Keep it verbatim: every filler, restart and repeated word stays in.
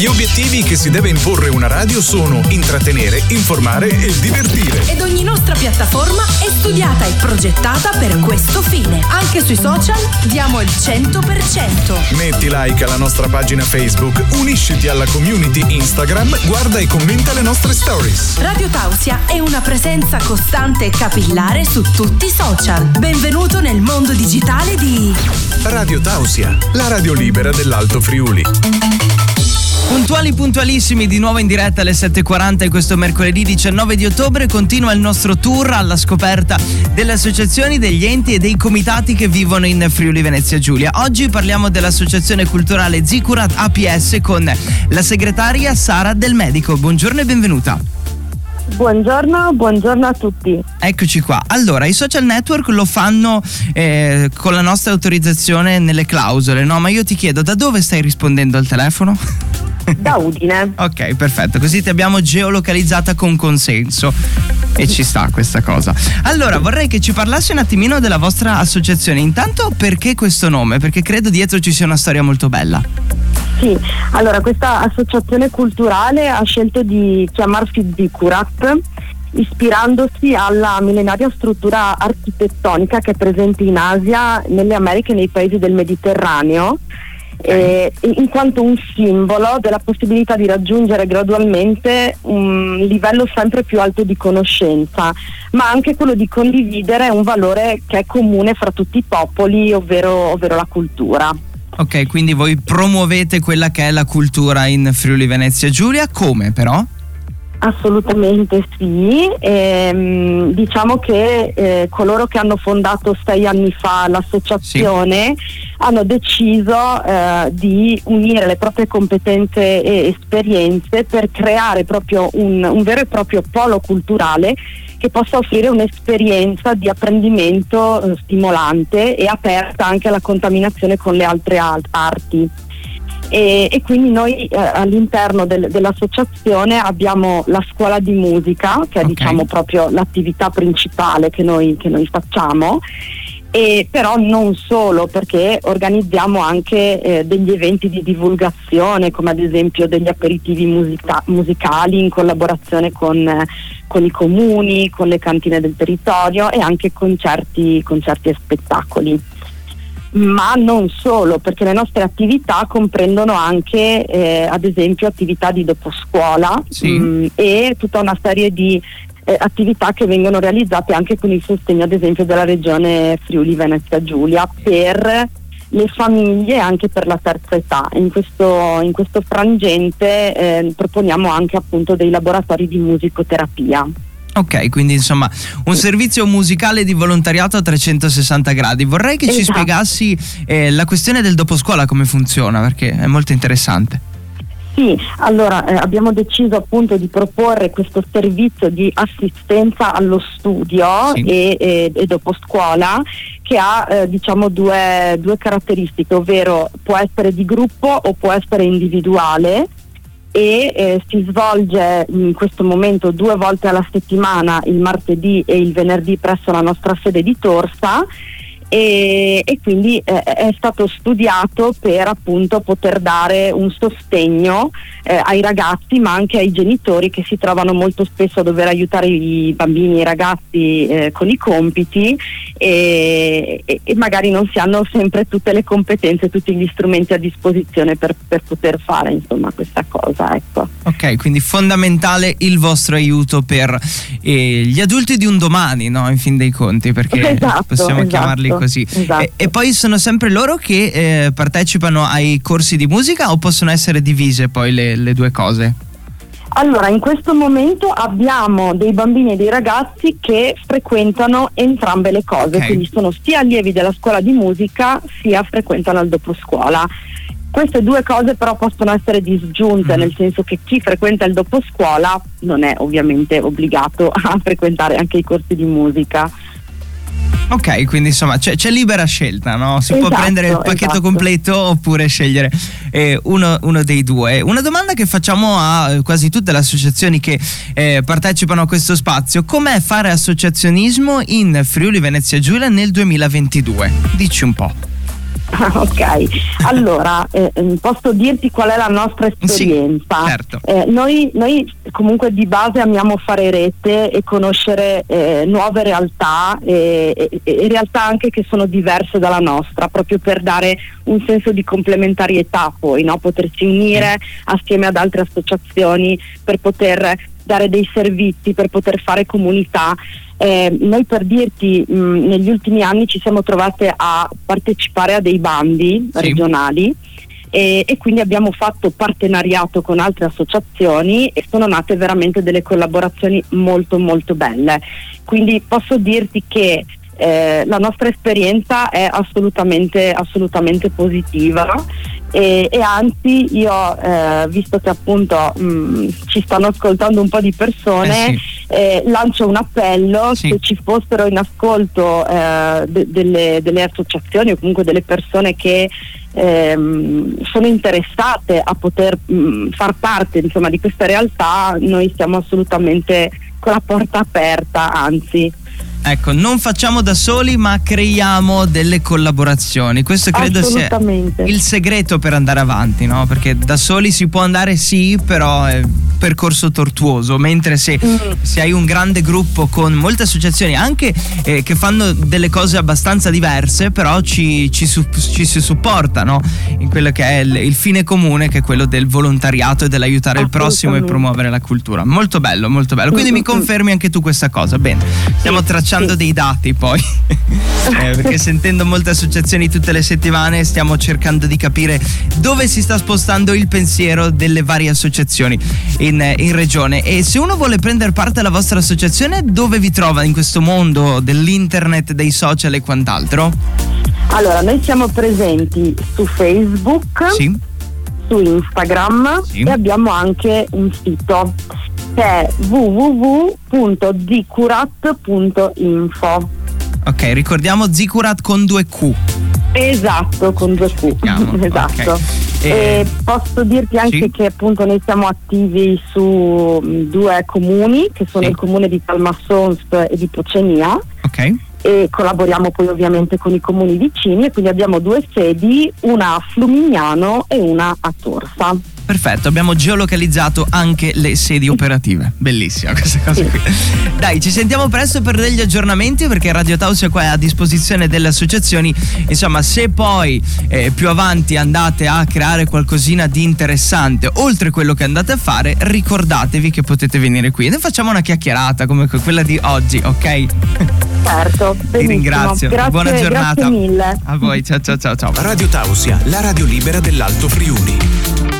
Gli obiettivi che si deve imporre una radio sono intrattenere, informare e divertire. Ed ogni nostra piattaforma è studiata e progettata per questo fine. Anche sui social diamo il cento per cento. Metti like alla nostra pagina Facebook, unisciti alla community Instagram, guarda e commenta le nostre stories. Radio Tausia è una presenza costante e capillare su tutti i social. Benvenuto nel mondo digitale di Radio Tausia, la radio libera dell'Alto Friuli. Puntuali puntualissimi, di nuovo in diretta alle sette e quaranta e questo mercoledì diciannove di ottobre continua il nostro tour alla scoperta delle associazioni, degli enti e dei comitati che vivono in Friuli Venezia Giulia. Oggi parliamo dell'associazione culturale Zikurat A P S con la segretaria Sara Del Medico. Buongiorno e benvenuta. Buongiorno, buongiorno a tutti. Eccoci qua. Allora, i social network lo fanno eh, con la nostra autorizzazione nelle clausole, no? Ma io ti chiedo, da dove stai rispondendo al telefono? Da Udine. Ok, perfetto, così ti abbiamo geolocalizzata con consenso e ci sta questa cosa. Allora, vorrei che ci parlassi un attimino della vostra associazione. Intanto, perché questo nome? Perché credo dietro ci sia una storia molto bella. Sì, allora questa associazione culturale ha scelto di chiamarsi Zikurat ispirandosi alla millenaria struttura architettonica che è presente in Asia, nelle Americhe e nei paesi del Mediterraneo, eh, in quanto un simbolo della possibilità di raggiungere gradualmente un livello sempre più alto di conoscenza, ma anche quello di condividere un valore che è comune fra tutti i popoli, ovvero, ovvero la cultura. Ok, quindi voi promuovete quella che è la cultura in Friuli Venezia Giulia, come però? Assolutamente sì, ehm, diciamo che eh, coloro che hanno fondato sei anni fa l'associazione sì. hanno deciso eh, di unire le proprie competenze e esperienze per creare proprio un, un vero e proprio polo culturale che possa offrire un'esperienza di apprendimento eh, stimolante e aperta anche alla contaminazione con le altre al- arti. E, e quindi noi eh, all'interno del, dell'associazione abbiamo la scuola di musica, che è okay. diciamo proprio l'attività principale che noi, che noi facciamo, e però non solo, perché organizziamo anche eh, degli eventi di divulgazione, come ad esempio degli aperitivi musica- musicali in collaborazione con, eh, con i comuni, con le cantine del territorio e anche concerti, concerti e spettacoli. Ma non solo, perché le nostre attività comprendono anche eh, ad esempio attività di doposcuola sì. mh, e tutta una serie di eh, attività che vengono realizzate anche con il sostegno ad esempio della regione Friuli Venezia Giulia per le famiglie e anche per la terza età. In questo, in questo frangente eh, proponiamo anche appunto dei laboratori di musicoterapia. Ok, quindi insomma un servizio musicale di volontariato a trecentosessanta gradi. Vorrei che esatto. ci spiegassi eh, la questione del doposcuola, come funziona, perché è molto interessante. Sì, allora eh, abbiamo deciso appunto di proporre questo servizio di assistenza allo studio sì. e, e, e doposcuola che ha eh, diciamo due, due caratteristiche, ovvero può essere di gruppo o può essere individuale. E eh, si svolge in questo momento due volte alla settimana, il martedì e il venerdì, presso la nostra sede di Torsa, e, e quindi eh, è stato studiato per appunto poter dare un sostegno eh, ai ragazzi, ma anche ai genitori che si trovano molto spesso a dover aiutare i bambini e i ragazzi eh, con i compiti e, e, e magari non si hanno sempre tutte le competenze, tutti gli strumenti a disposizione per, per poter fare insomma questa cosa, ecco. Ok, quindi fondamentale il vostro aiuto per eh, gli adulti di un domani, no? In fin dei conti, perché esatto, possiamo esatto. chiamarli così. Esatto. E, e poi sono sempre loro che eh, partecipano ai corsi di musica o possono essere divise poi le, le due cose? Allora, in questo momento abbiamo dei bambini e dei ragazzi che frequentano entrambe le cose, okay. quindi sono sia allievi della scuola di musica sia frequentano il doposcuola. Queste due cose però possono essere disgiunte, mm. nel senso che chi frequenta il doposcuola non è ovviamente obbligato a frequentare anche i corsi di musica. Ok, quindi insomma c'è, c'è libera scelta, no? Si esatto, può prendere il pacchetto esatto. completo oppure scegliere eh, uno, uno dei due. Una domanda che facciamo a quasi tutte le associazioni che eh, partecipano a questo spazio: com'è fare associazionismo in Friuli Venezia Giulia nel duemilaventidue? Dici un po'. Ok, allora eh, posso dirti qual è la nostra esperienza. Sì, certo. eh, noi, noi comunque di base amiamo fare rete e conoscere eh, nuove realtà e, e, e realtà anche che sono diverse dalla nostra, proprio per dare un senso di complementarietà, poi no? Potersi unire assieme ad altre associazioni per poter dare dei servizi, per poter fare comunità. Eh, noi per dirti mh, negli ultimi anni ci siamo trovate a partecipare a dei bandi sì. regionali e, e quindi abbiamo fatto partenariato con altre associazioni e sono nate veramente delle collaborazioni molto molto belle, quindi posso dirti che eh, la nostra esperienza è assolutamente assolutamente positiva. E, e anzi io eh, visto che appunto mh, ci stanno ascoltando un po' di persone, eh sì. eh, lancio un appello, sì. se ci fossero in ascolto eh, de- delle, delle associazioni o comunque delle persone che ehm, sono interessate a poter mh, far parte insomma di questa realtà, noi stiamo assolutamente con la porta aperta, anzi. Ecco, non facciamo da soli ma creiamo delle collaborazioni. Questo credo sia il segreto per andare avanti, no? Perché da soli si può andare sì, però è un percorso tortuoso, mentre se, mm. se hai un grande gruppo con molte associazioni anche eh, che fanno delle cose abbastanza diverse, però ci, ci, ci si supporta, no? In quello che è il, il fine comune, che è quello del volontariato e dell'aiutare il prossimo e promuovere la cultura. Molto bello, molto bello. Quindi mm-hmm. mi confermi anche tu questa cosa. Bene, stiamo sì. tracciando Sì. dei dati poi eh, perché sentendo molte associazioni tutte le settimane stiamo cercando di capire dove si sta spostando il pensiero delle varie associazioni in, in regione. E se uno vuole prendere parte alla vostra associazione, dove vi trova in questo mondo dell'internet, dei social e quant'altro? Allora, noi siamo presenti su Facebook, sì. su Instagram sì. e abbiamo anche un sito che è w w w punto zicurat punto info. Ok, ricordiamo Zicurat con due Q. Esatto, con due Q. Esatto. Okay. E... E posso dirti anche sì. che appunto noi siamo attivi su due comuni, che sono sì. il comune di Talmassons e di Pocenia. Ok. E collaboriamo poi ovviamente con i comuni vicini, e quindi abbiamo due sedi, una a Flumignano e una a Torsa. Perfetto, abbiamo geolocalizzato anche le sedi operative. Bellissima questa cosa qui. Dai, ci sentiamo presto per degli aggiornamenti, perché Radio Tausia qua è a disposizione delle associazioni. Insomma, se poi eh, più avanti andate a creare qualcosina di interessante oltre quello che andate a fare, ricordatevi che potete venire qui e ne facciamo una chiacchierata come quella di oggi, ok? Certo, benissimo. Ti ringrazio, grazie, buona giornata. Grazie mille. A voi, ciao ciao ciao ciao. Radio Tausia, la radio libera dell'Alto Friuli.